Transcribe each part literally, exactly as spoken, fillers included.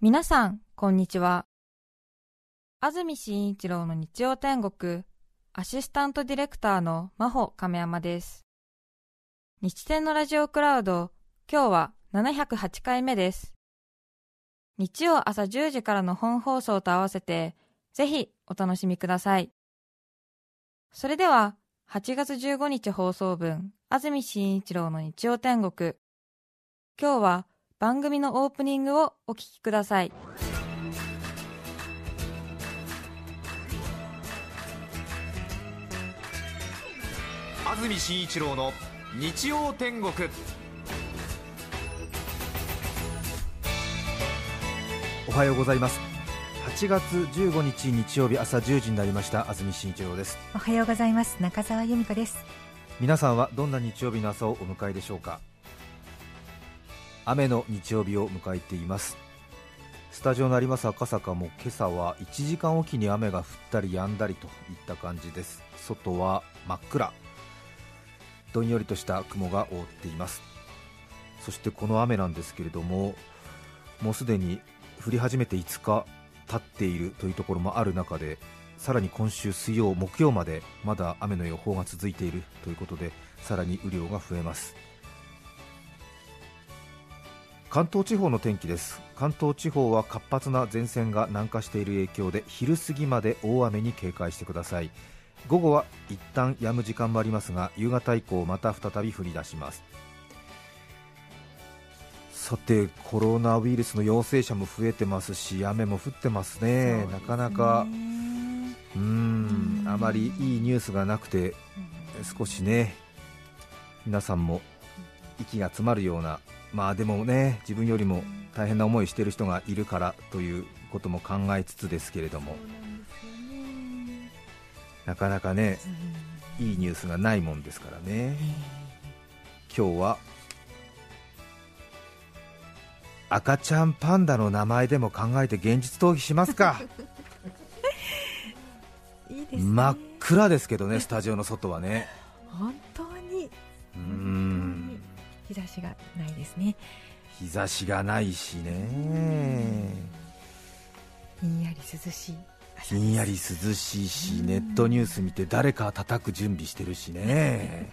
皆さんこんにちは。安住紳一郎の日曜天国アシスタントディレクターの真帆亀山です。日天のラジオクラウド、今日はななひゃくはちかいめです。日曜朝じゅうじからの本放送と合わせてぜひお楽しみください。それでははちがつじゅうごにち放送分、安住紳一郎の日曜天国、今日は番組のオープニングをお聞きください。 安住紳一郎の日曜天国。 おはようございます。はちがつじゅうごにち日曜日朝じゅうじになりました。安住紳一郎です。 おはようございます。中澤由美子です。 皆さんはどんな日曜日の朝をお迎えでしょうか。雨の日曜日を迎えています。スタジオのあります赤坂も今朝はいちじかんおきに雨が降ったり止んだりといった感じです。外は真っ暗、どんよりとした雲が覆っています。そしてこの雨なんですけれども、もうすでに降り始めていつか経っているというところもある中で、さらに今週水曜木曜までまだ雨の予報が続いているということで、さらに雨量が増えます。関東地方の天気です。関東地方は活発な前線が南下している影響で昼過ぎまで大雨に警戒してください。午後は一旦止む時間もありますが、夕方以降また再び降り出します。さて、コロナウイルスの陽性者も増えてますし、雨も降ってますね。 そうですね。 なかなかうーんあまりいいニュースがなくて、少しね皆さんも息が詰まるような、まあでもね、自分よりも大変な思いしている人がいるからということも考えつつですけれども、なかなかね、いいニュースがないもんですからね。今日は赤ちゃんパンダの名前でも考えて現実逃避しますか。 いいですね。 真っ暗ですけどね、スタジオの外はね。 本当にうーん日差しがないですね。 日差しがないしね、 ひんやり涼しい。 ひんやり涼しいし、ネットニュース見て誰か叩く準備してるしね。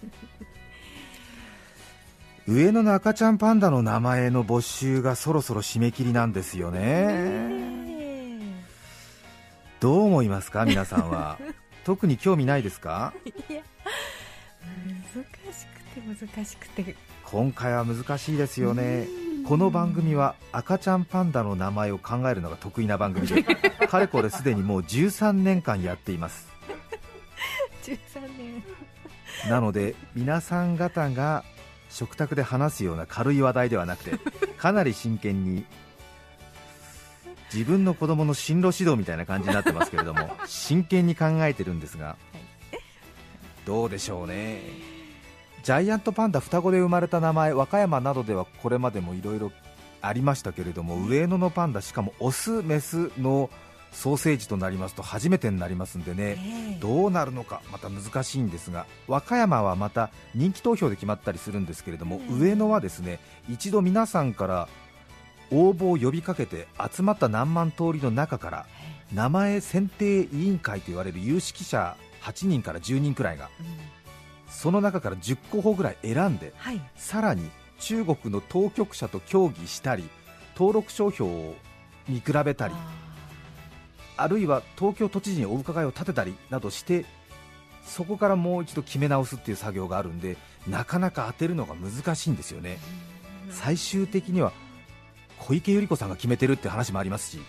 上野の赤ちゃんパンダの名前の募集がそろそろ締め切りなんですよね。どう思いますか皆さんは。特に興味ないですか。 いや、難しくて難しくて今回は難しいですよね。この番組は赤ちゃんパンダの名前を考えるのが得意な番組でかれこれすでにもうじゅうさんねんかんやっています。 じゅうさんねんなので皆さん方が食卓で話すような軽い話題ではなくて、かなり真剣に自分の子供の進路指導みたいな感じになってますけれども、真剣に考えてるんですが、どうでしょうね。ジャイアントパンダ双子で生まれた名前、和歌山などではこれまでもいろいろありましたけれども、上野のパンダ、しかもオスメスのソーセージとなりますと初めてになりますんでね、 えーどうなるのかまた難しいんですが、和歌山はまた人気投票で決まったりするんですけれども、上野はですね、一度皆さんから応募を呼びかけて集まった何万通りの中から名前選定委員会と言われる有識者はちにんからじゅうにんくらいが、その中からじゅっこほぐらい選んで、 はい、 さらに中国の当局者と協議したり、登録商標を見比べたり、あるいは東京都知事にお伺いを立てたりなどして、そこからもう一度決め直すっていう作業があるんで、なかなか当てるのが難しいんですよね。最終的には小池百合子さんが決めてるって話もありますし、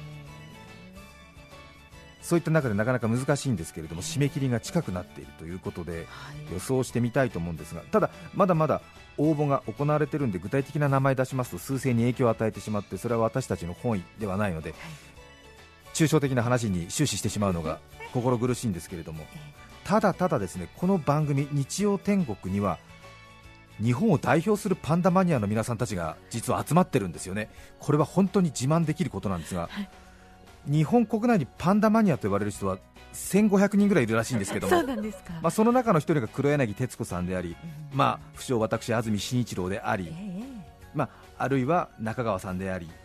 そういった中でなかなか難しいんですけれども、締め切りが近くなっているということで予想してみたいと思うんですが、ただまだまだ応募が行われているんで、具体的な名前出しますと数勢に影響を与えてしまって、それは私たちの本意ではないので、抽象的な話に終始してしまうのが心苦しいんですけれども、ただただですね、この番組日曜天国には日本を代表するパンダマニアの皆さんたちが実は集まってるんですよね。これは本当に自慢できることなんですが、日本国内にパンダマニアと呼ばれる人はせんごひゃくにんぐらいいるらしいんですけども、 そうなんですか。 まあ、その中の一人が黒柳徹子さんであり、 うんまあ、不詳私安住紳一郎であり、 ええまあ、あるいは中川さんであり、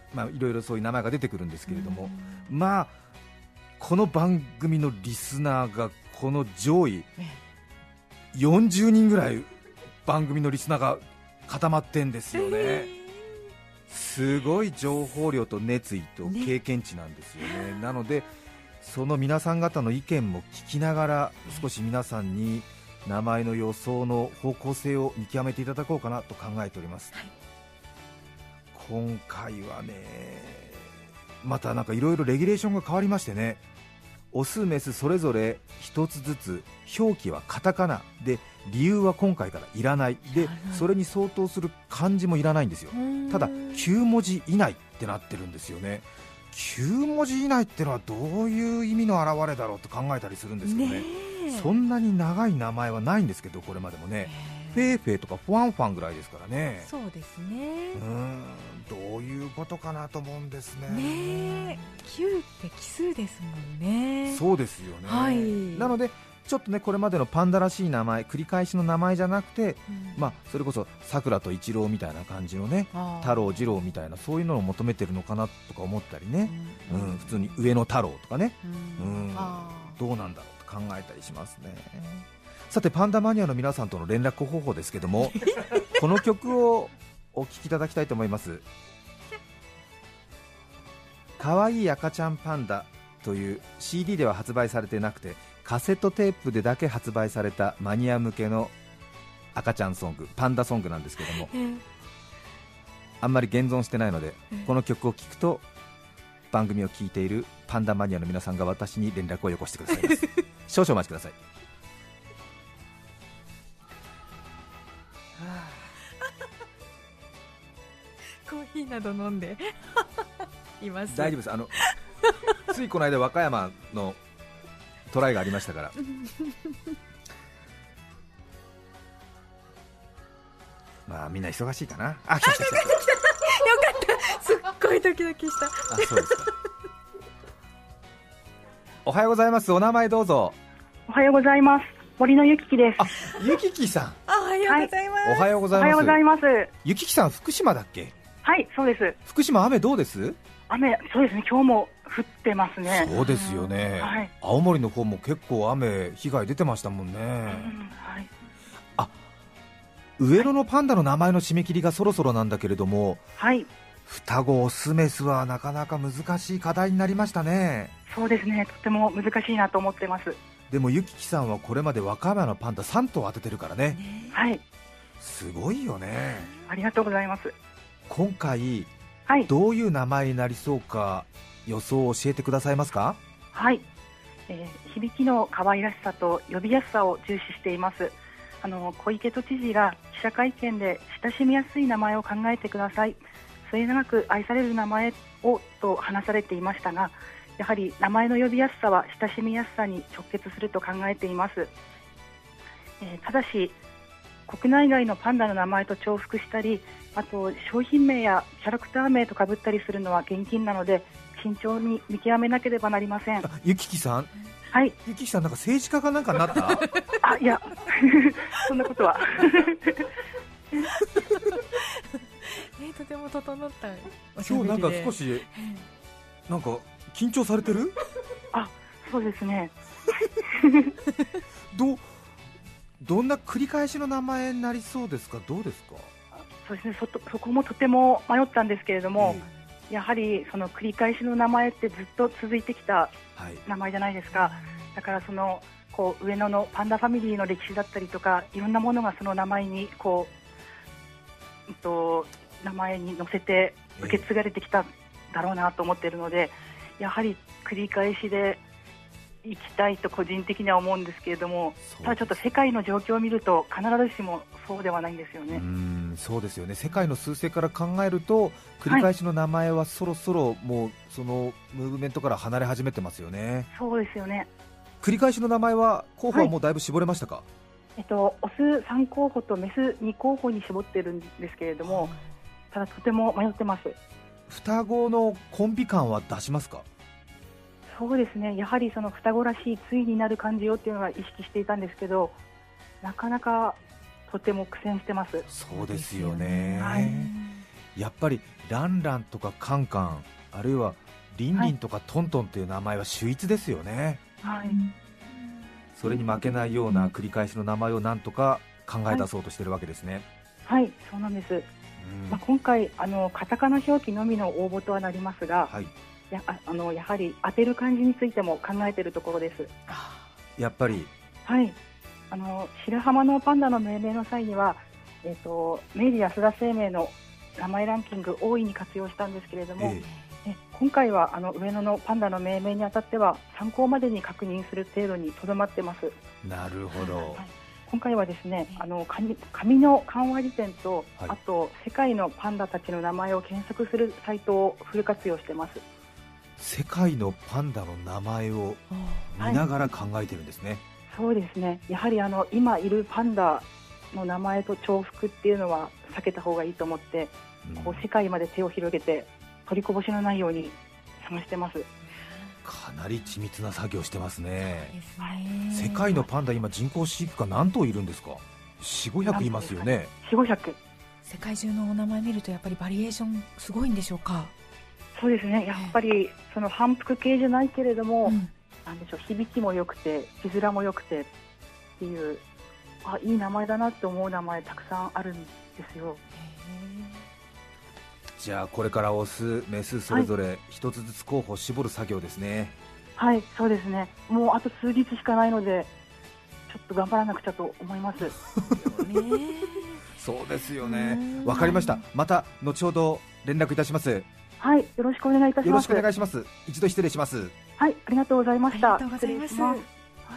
まあ、いろいろそういう名前が出てくるんですけれども、まあこの番組のリスナーがこの上位よんじゅうにんぐらい番組のリスナーが固まってんですよね、えー、すごい情報量と熱意と経験値なんですよね、ねなのでその皆さん方の意見も聞きながら少し皆さんに名前の予想の方向性を見極めていただこうかなと考えております、はい、今回はねまたなんかいろいろレギュレーションが変わりましてね、オスメスそれぞれ一つずつ表記はカタカナで理由は今回からいらないで、それに相当する漢字もいらないんですよ。ただきゅうもじ以内ってなってるんですよね。きゅうもじ以内ってのはどういう意味の表れだろうと考えたりするんですけど ね, ねそんなに長い名前はないんですけど、これまでもねフェーフェーとかファンファンぐらいですからね。 そうですね。 うーんどういうことかなと思うんですね。 ねきゅうって奇数ですもんね。 そうですよね、 はい、 なのでちょっとねこれまでのパンダらしい名前繰り返しの名前じゃなくて、うんまあ、それこそさくらと一郎みたいな感じのね、太郎次郎みたいなそういうのを求めてるのかなとか思ったりね、うんうん、普通に上野太郎とかね、うん、どうなんだろうと考えたりしますね。さてパンダマニアの皆さんとの連絡方法ですけどもこの曲をお聴きいただきたいと思います。かわいい赤ちゃんパンダという シーディー では発売されてなくてカセットテープでだけ発売されたマニア向けの赤ちゃんソング、パンダソングなんですけども、あんまり現存してないのでこの曲を聴くと番組を聴いているパンダマニアの皆さんが私に連絡をよこしてくださいます少々お待ちください。 コーヒーなど飲んでいます。 大丈夫です。あのついこの間和歌山のトライがありましたからまあみんな忙しいかな。あ、来た来た来た。よかった。すっごいドキドキした。 あ、そうですか。おはようございます。お名前どうぞ。 おはようございます。森のゆききです。 あ、ゆききさん。 おはようございます。 はい、おはようございます。 おはようございます。 ゆききさん、福島だっけ？ はい、そうです。 福島雨どうです？ 雨、そうですね。今日も降ってますね。 そうですよね。はい、青森の方も結構雨被害出てましたもんね。うん、はい。あ、上野のパンダの名前の締め切りがそろそろなんだけれども、はい。双子オスメスはなかなか難しい課題になりましたね。 そうですね。とても難しいなと思ってます。 でもゆききさんはこれまで和歌山のパンダさんとう当ててるからね。 はい。 すごいよね。 ありがとうございます。 今回、 はい、 どういう名前になりそうか予想を教えてくださいますか？ はい、えー、響きの可愛らしさと呼びやすさを重視しています。あの小池都知事が記者会見で親しみやすい名前を考えてください、末永く愛される名前をと話されていましたが、やはり名前の呼びやすさは親しみやすさに直結すると考えています。えー、ただし国内外のパンダの名前と重複したり、あと商品名やキャラクター名と被ったりするのは厳禁なので慎重に見極めなければなりません。 ゆききさん、 はい、 ゆききさんなんか政治家かなんかになったあ、いやそんなことはえとても整ったおしゃ今日べりでなんか少しなんか緊張されてるあ、そうですねどうどんな繰り返しの名前になりそうですか？どうですか？ そうですね、そ, そこもとても迷ったんですけれども、えー、やはりその繰り返しの名前ってずっと続いてきた名前じゃないですか、はい、だからそのこう上野のパンダファミリーの歴史だったりとかいろんなものがその名前にこう、うん、と名前に載せて受け継がれてきただろうなと思っているので、えー、やはり繰り返しで行きたいと個人的には思うんですけれども、ただちょっと世界の状況を見ると必ずしもそうではないんですよね。 うーん、そうですよね。世界の趨勢から考えると繰り返しの名前はそろそろもうそのムーブメントから離れ始めてますよね。 そうですよね。 繰り返しの名前は候補はもうだいぶ絞れましたか？はい、 えっと、オスさん候補とメスに候補に絞ってるんですけれども、ただとても迷ってます。 双子のコンビ感は出しますか？ そうですね、やはりその双子らしい対になる感じをっていうのは意識していたんですけど、なかなかとても苦戦してます。 そうですよね、はい、 やっぱりランランとかカンカン、あるいはリンリンとかトントンという名前は秀逸ですよね。 はい、 それに負けないような繰り返しの名前をなんとか考え出そうとしているわけですね。 はい、はい、そうなんです。うん、まあ、今回あのカタカナ表記のみの応募とはなりますが、はい、や, ああのやはり当てる漢字についても考えているところです。 やっぱり、 はい、あの白浜のパンダの命名の際には、えーと、明治安田生命の名前ランキング大いに活用したんですけれども、ええ、今回はあの上野のパンダの命名にあたっては参考までに確認する程度にとどまってます。 なるほど、はい、 今回はですね、あの紙, 紙の漢和辞典と、はい、あと世界のパンダたちの名前を検索するサイトをフル活用してます。 世界のパンダの名前を見ながら考えてるんですね。はい、 そうですね、やはりあの今いるパンダの名前と重複っていうのは避けた方がいいと思って、うん、こう世界まで手を広げて取りこぼしのないように探してます。 かなり緻密な作業してますね。世界のパンダ、今人工飼育下何頭いるんですか？よんひゃくごひゃくいますよね。 よんひゃくごひゃく。 世界中のお名前見るとやっぱりバリエーションすごいんでしょうか？ そうですね、やっぱりその反復系じゃないけれども、うん、なんでしょう、響きも良くて字面も良くてっていう、あ、いい名前だなって思う名前たくさんあるんですよ。 じゃあこれからオスメスそれぞれ一つずつ候補を絞る作業ですね。 はい、そうですね、もうあと数日しかないのでちょっと頑張らなくちゃと思いますそうですよね。わかりました、また後ほど連絡いたします。 はい、よろしくお願いいたします。 よろしくお願いします。一度失礼します。 はい、ありがとうございました。 ありがとうございます。 失礼します。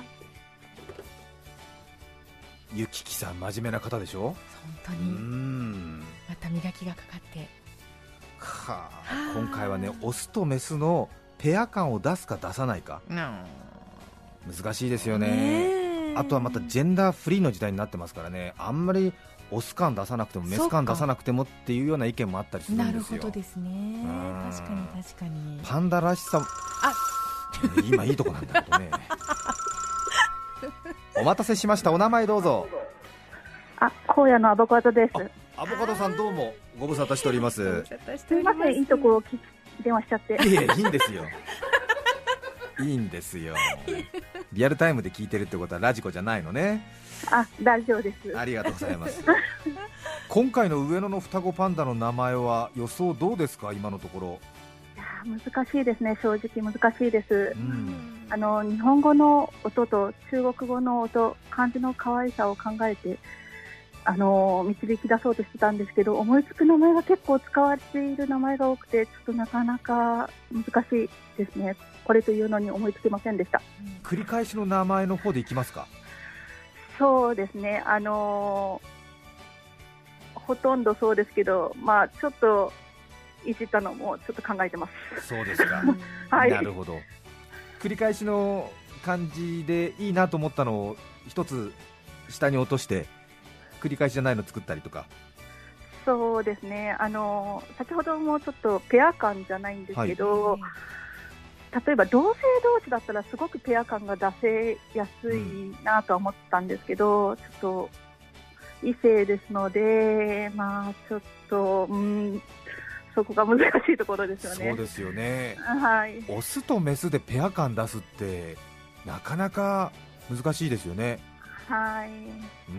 ゆききさん真面目な方でしょ。 本当に。うーん、また磨きがかかってはあ、今回はね、オスとメスのペア感を出すか出さないか、難しいですよね。あとはまたジェンダーフリーの時代になってますからね、あんまりオス感出さなくてもメス感出さなくてもっていうような意見もあったりするんですよ。 なるほどですね。確かに確かに。 パンダらしさも、あ、今いいとこなんだけどねお待たせしました。お名前どうぞ。 あ、荒野のアボカドです。 アボカドさん、どうもご無沙汰しております。 すみません、いいとこを電話しちゃって。 いえ、いいんですよいいんですよ。リアルタイムで聞いてるってことはラジコじゃないのね。 あ、大丈夫です。 ありがとうございます今回の上野の双子パンダの名前は予想どうですか、今のところ。 いや、難しいですね、正直難しいです、うん、あの日本語の音と中国語の音、漢字の可愛さを考えてあの導き出そうとしてたんですけど、思いつく名前が結構使われている名前が多くて、ちょっとなかなか難しいですね。これというのに思いつけませんでした。 繰り返しの名前の方でいきますか。 そうですね、あのー、ほとんどそうですけど、まあ、ちょっといじったのもちょっと考えてます。 そうですか、はい、なるほど。繰り返しの漢字でいいなと思ったのを一つ下に落として繰り返しじゃないの作ったりとか。 そうですね、あのー、先ほどもちょっとペア感じゃないんですけど、はい、例えば同性同士だったらすごくペア感が出せやすいなとは思ったんですけど、うん、ちょっと異性ですので、まあちょっと、うん、そこが難しいところですよね。 そうですよね、 はい、 オスとメスでペア感出すってなかなか難しいですよね。 はい、 うん、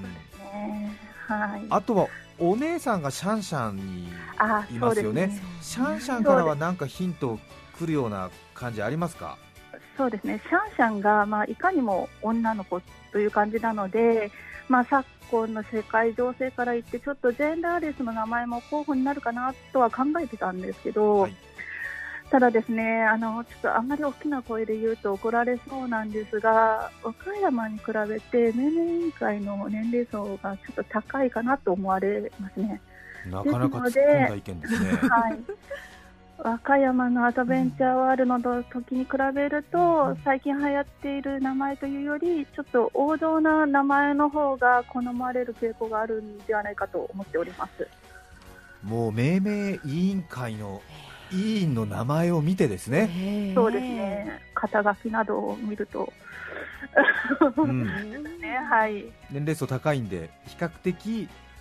ね、はい、 あとはお姉さんがシャンシャンにいますよね。シャンシャンからは何かヒント来るような感じありますか。 そうですね、シャンシャンが、まあ、いかにも女の子という感じなので、まあ、昨今の世界情勢から言ってちょっとジェンダーレスの名前も候補になるかなとは考えてたんですけど、はい、ただですね、あのちょっとあんまり大きな声で言うと怒られそうなんですが、和歌山に比べて命名委員会の年齢層がちょっと高いかなと思われますね。 なかなか突っ込んだ意見ですね。 はい、和歌山のアドベンチャーワールドの時に比べると、最近流行っている名前というよりちょっと王道な名前の方が好まれる傾向があるんではないかと思っております。 もう命名委員会の委員の名前を見てですね。 そうですね、肩書きなどを見ると、うんね、はい、 年齢層高いんで比較的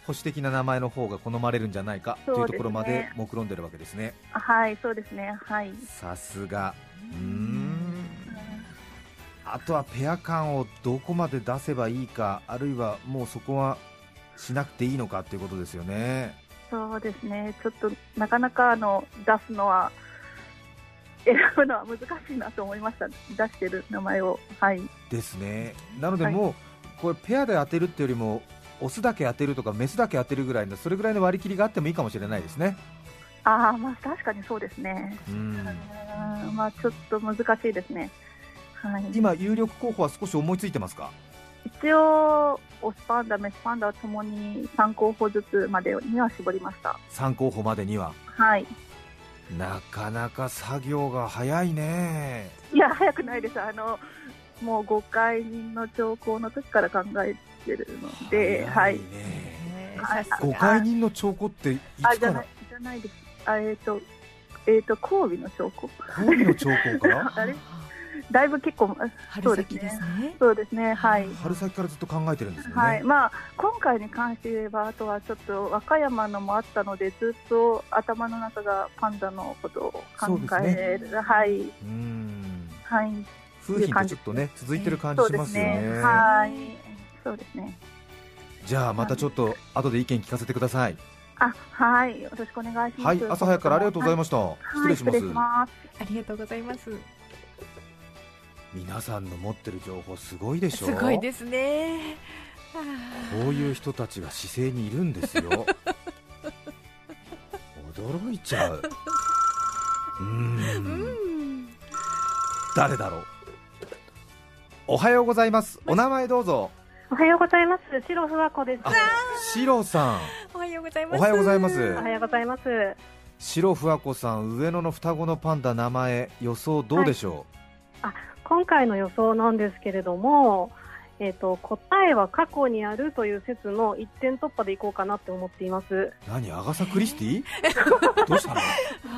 保守的な名前の方が好まれるんじゃないかというところまで目論んでるわけですね。 はい、そうですね。はい。 さすが。うーん、あとはペア感をどこまで出せばいいか、あるいはもうそこはしなくていいのかということですよね。 そうですね。ちょっとなかなかあの出すのは選ぶのは難しいなと思いました。出してる名前を。はい。 ですね。なのでもう、はい、これペアで当てるっていうよりもオスだけ当てるとかメスだけ当てるぐらいの、それぐらいの割り切りがあってもいいかもしれないですね。 ああ、まあ確かにそうですね。うん、まあちょっと難しいですね。はい、 今有力候補は少し思いついてますか？ 一応オスパンダメスパンダはともにさん候補ずつまでには絞りました。 さん候補までには。 はい。 なかなか作業が早いね。 いや早くないです。あのもうごかい人の兆候の時から考えてるので、 早いね。はい、ごかい人の兆候っていつから？ あ、じゃない、じゃないです。あ、えっ、ー、とえっ、ー、と交尾の兆候。 交尾の兆候からあれだいぶ結構春先ですね。 そうですね。はい。 春先からずっと考えてるんですよね。 はい。まあ今回に関して言えば、あとはちょっと和歌山のもあったので、ずっと頭の中がパンダのことを考える。ね、はい。うん。はい。 風評がちょっとね続いてる感じしますよね。 そうですね。はい。そうですね。 じゃあまたちょっと後で意見聞かせてください。 あ、はい。よろしくお願いします。 はい。朝早くからありがとうございました。はい、失礼します。 失礼します。 ありがとうございます。 皆さんの持ってる情報すごいでしょ。 すごいですね。 こういう人たちが市政にいるんですよ。驚いちゃう。うーん、誰だろう。おはようございます。お名前どうぞ。 おはようございます。白ふわこです。 白さん、 おはようございます。 おはようございます。 おはようございます。 白ふわこさん、上野の双子のパンダ、名前予想どうでしょう？はい、あ、今回の予想なんですけれども、えーと、答えは過去にあるという説の一点突破でいこうかなって思っています。 何、アガサ・クリスティどうしたの？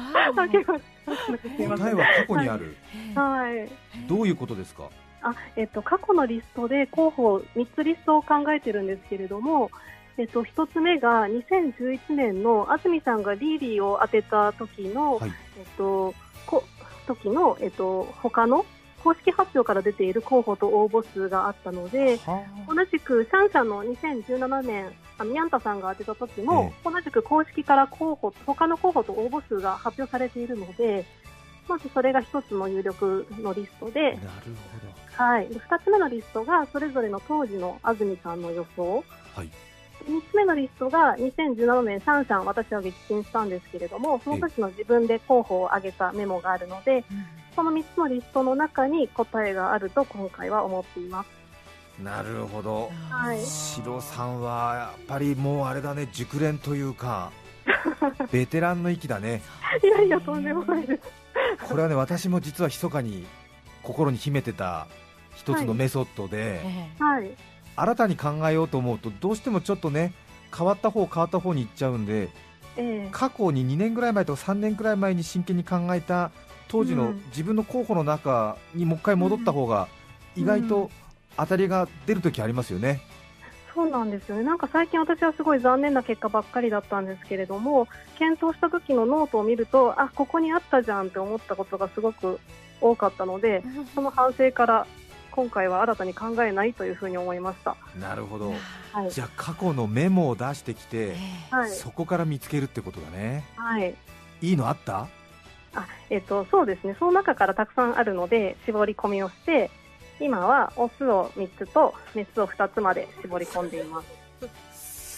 答えは過去にある。 はい、 どういうことですか？ あ、えーと、過去のリストで候補みっつリストを考えてるんですけれども、えーと、ひとつめがにせんじゅういちねんの安住さんがリーリーを当てた時の、はい、えーと、こ時の、えーと、他の公式発表から出ている候補と応募数があったので、同じくシャンシャンのにせんじゅうななねん、あのミャンタさんが当てた時も、えー、同じく公式から候補他の候補と応募数が発表されているので、まずそれが一つの有力のリストで、 なるほど、はい、二つ目のリストがそれぞれの当時の安住さんの予想、 はい、 三つ目のリストがにせんじゅうななねんシャンシャン、私は撃沈したんですけれども、その時の自分で候補を挙げたメモがあるので、そのみっつのリストの中に答えがあると今回は思っています。 なるほど、 はい、 白さんはやっぱりもうあれだね、熟練というかベテランの域だね。 いやいや、とんでもないです。 これはね、私も実は密かに心に秘めてた一つのメソッドで、 はい、 新たに考えようと思うとどうしてもちょっとね、変わった方変わった方に行っちゃうんで、えー、過去ににねんぐらい前とかさんねんぐらい前に真剣に考えた当時の自分の候補の中にもう一回戻った方が意外と当たりが出るときありますよね。 そうなんですよね。なんか最近私はすごい残念な結果ばっかりだったんですけれども、検討した時のノートを見ると、あ、ここにあったじゃんって思ったことがすごく多かったので、その反省から今回は新たに考えないというふうに思いました。 なるほど、 はい、 じゃあ過去のメモを出してきて、 はい、 そこから見つけるってことだね。 はい、 いいのあった？ あ、えっと、そうですね、その中からたくさんあるので絞り込みをして、今はオスをみっつとメスをふたつまで絞り込んでいます。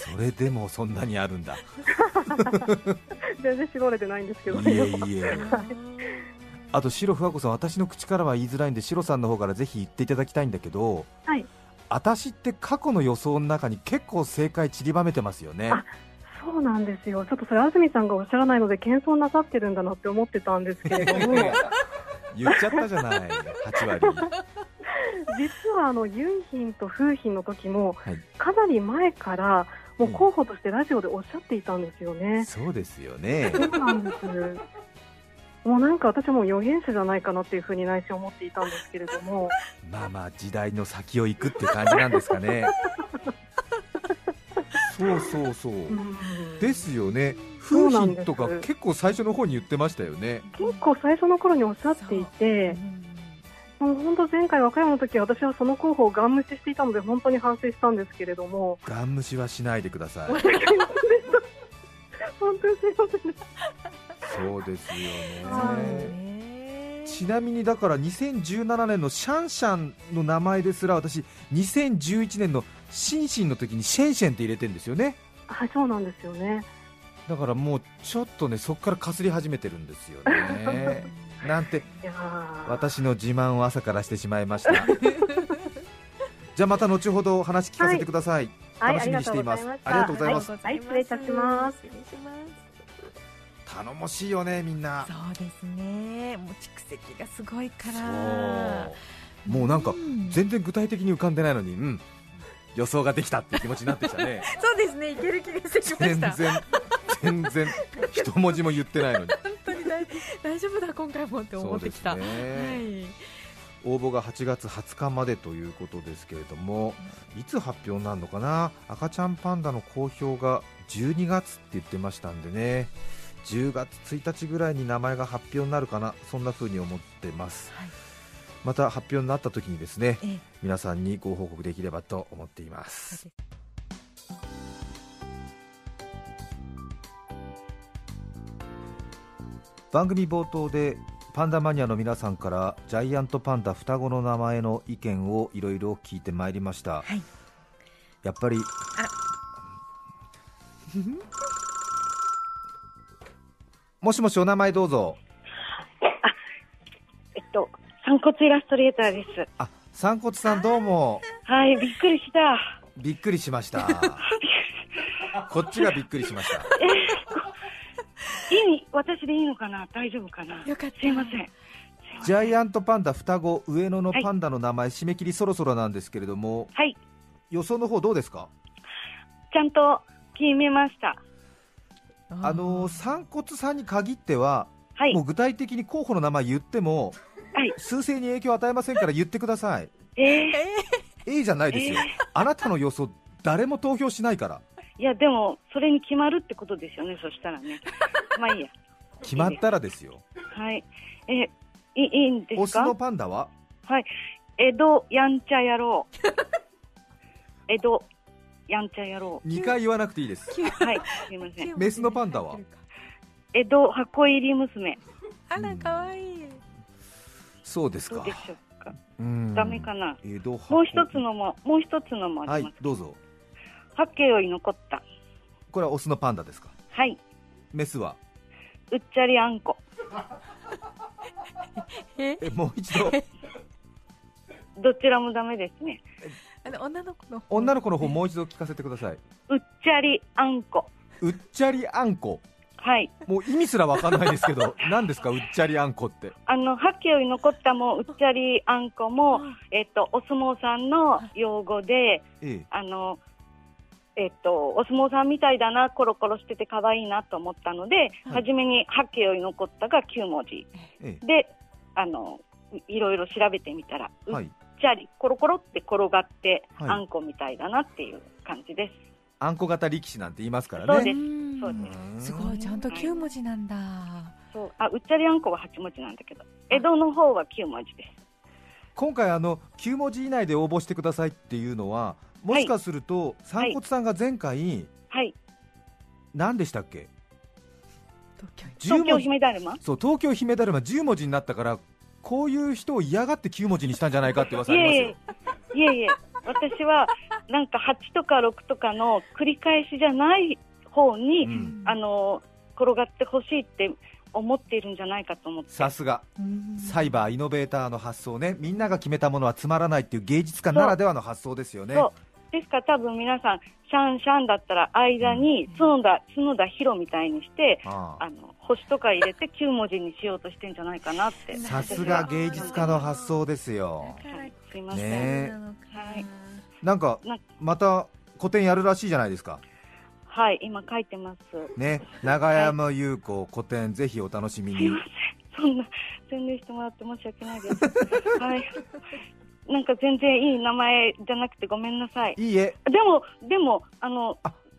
それでもそんなにあるんだ。 全然絞れてないんですけどね。 いえいえあと白ふわこさん、私の口からは言いづらいんで白さんの方からぜひ言っていただきたいんだけど、 はい、 私って過去の予想の中に結構正解散りばめてますよね。 あ、そうなんですよ。ちょっとそれ安住さんがおっしゃらないので謙遜なさってるんだなって思ってたんですけれども言っちゃったじゃない、はちわり。 実はあのユンヒンとフーヒンの時も、はい、かなり前からもう候補としてラジオでおっしゃっていたんですよね。 そうですよね。 そうなんです。もうなんか私も預言者じゃないかなっていうふうに内心思っていたんですけれどもまあまあ時代の先を行くっていう感じなんですかね。 そうそうそう、 うん、 ですよね。 そう風なんです。 評とか結構最初の方に言ってましたよね。 結構最初の頃におっしゃっていて、もう本当前回和歌山の時私はその候補をガン無視していたので本当に反省したんですけれども、 ガン無視はしないでください。 申し訳ありませんでした本当にすいませんでした。 そうですよはね。ちなみにだからにせんじゅうななねんのシャンシャンの名前ですら私にせんじゅういちねんのシンシンの時にシェンシェンって入れてるんですよね。 はい、そうなんですよね。 だからもうちょっとねそこからかすり始めてるんですよねなんていやー私の自慢を朝からしてしまいましたじゃあまた後ほど話聞かせてください、 はい、 楽しみにしています。 はい、 ありがとうございます。 はい、失礼いたします。 失礼します。 頼もしいよねみんな。 そうですね、もう蓄積がすごいかそら、 うもうなんかうん全然具体的に浮かんでないのに、うん、予想ができたっていう気持ちになってきたねそうですね、いける気がしてきました。 全然全然一文字も言ってないのに本当に大大丈夫だ今回もって思ってきた。 そうですね、 はい、 応募がはちがつはつかまでということですけれども、いつ発表になるのかな。赤ちゃんパンダの公表がじゅうにがつって言ってましたんでね、じゅうがつついたちぐらいに名前が発表になるかな、そんな風に思ってます、 はい、 また発表になった時にですね、 ええ、 皆さんにご報告できればと思っています。番組冒頭でパンダマニアの皆さんからジャイアントパンダ双子の名前の意見をいろいろ聞いてまいりました、 はい、 やっぱりもしもし、お名前どうぞ。 えっと、散骨イラストレーターです。 あ、散骨さんどうも。 はい、びっくりした。 びっくりしましたこっちがびっくりしました。 えー、いい、私でいいのかな、大丈夫かな。 よかった。 すいません。 ジャイアントパンダ双子上野のパンダの名前、はい、締め切りそろそろなんですけれども、 はい、 予想の方どうですか。 ちゃんと決めました。 あの散骨さんに限っては、 はい、 もう具体的に候補の名前言っても、はい、数勢に影響を与えませんから言ってください。 えー、 えー、じゃないですよ、えー、あなたの予想誰も投票しないから。 いやでもそれに決まるってことですよね。そしたらねまあいいや、 決まったらですよ。 はい、えー、い, いいんですか。 オスのパンダは、 はい、江戸やんちゃ野郎江戸やんちゃ野郎。 にかい言わなくていいです。 はい、すいません。 メスのパンダは江戸箱入り娘。 あら、かわいい。 そうですか。 どうでしょうか。 うん、 ダメかな。 江戸もう一つのももう一つのもあります。 はい、どうぞ。 八景より残った。 これはオスのパンダですか。 はい。 メスはうっちゃりあんこ。 えもう一度どちらもダメですね。 あの女の子の方女の子の方もう一度聞かせてください。 うっちゃりあんこ。 うっちゃりあんこ。 はい。 もう意味すらわかんないですけど何ですかうっちゃりあんこって。 あの八景より残ったもうっちゃりあんこもえっとお相撲さんの用語で、ええ、あのえっとお相撲さんみたいだな、コロコロしてて可愛いなと思ったので、はい、初めに八景より残ったがきゅうもじ、ええ、であの い, いろいろ調べてみたら、はい、うっちゃりコロコロって転がって、はい、あんこみたいだなっていう感じです。 あんこ型力士なんて言いますからね。 そうですそうです。 すごい、ちゃんときゅうもじなんだ、はい、 そうあうっちゃりあんこははちもじなんだけど、江戸の方はきゅうもじです。 今回あのきゅうもじ以内で応募してくださいっていうのはもしかすると、散骨さんが前回、はい、何でしたっけ。 東京姫だるま。 そう、東京姫だるまじゅうもじになったからこういう人を嫌がってきゅうもじにしたんじゃないかって噂ありますよ。 いえいえいえ、私はなんかはちとかろくとかの繰り返しじゃない方に、うん、あの転がってほしいって思っているんじゃないかと思って。 さすがサイバーイノベーターの発想ね。みんなが決めたものはつまらないっていう芸術家ならではの発想ですよね。 そうですから多分皆さんシャンシャンだったら間に角田、角田ヒロみたいにして、うん、あの星とか入れてきゅうもじにしようとしてんじゃないかなって。 さすが芸術家の発想ですよ。 はい、すいません、 ね、 はい、 なんかまた個展やるらしいじゃないですか。 はい、今書いてますね。永山優子個展、ぜひお楽しみに。 すいません、そんな宣伝してもらって申し訳ないですはい、なんか全然いい名前じゃなくてごめんなさい。 いいえ。 でもでもあのあ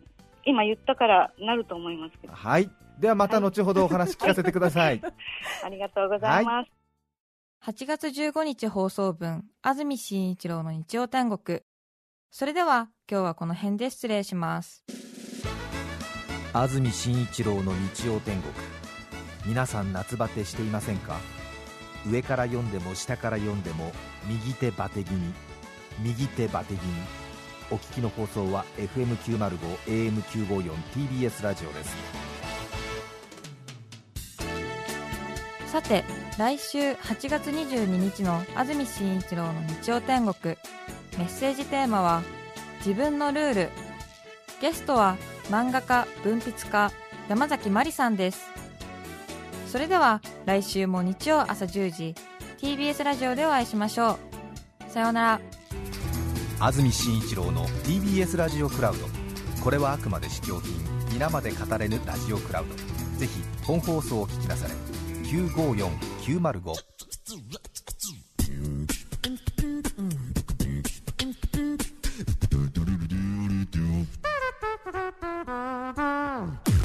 今言ったからなると思いますけど。 はい、ではまた後ほどお話聞かせてください。 ありがとうございます。はい、 はちがつじゅうごにち放送分、安住紳一郎の日曜天国。それでは今日はこの辺で失礼します。 安住紳一郎の日曜天国、皆さん夏バテしていませんか？上から読んでも下から読んでも右手バテ気味、右手バテ気味。お聞きの放送は エフエムきゅうまるご エーエムきゅうごよん ティービーエス ラジオです。 さて、来週はちがつにじゅうににちの安住紳一郎の日曜天国、メッセージテーマは自分のルール。ゲストは漫画家文筆家山崎まりさんです。それでは来週も日曜朝じゅうじ ティービーエス ラジオでお会いしましょう。さようなら。 安住紳一郎の ティービーエス ラジオクラウド。これはあくまで試供品、皆まで語れぬラジオクラウド。ぜひ本放送を聞きなされ。きゅうごよん きゅうまるご。 Do do do do do do.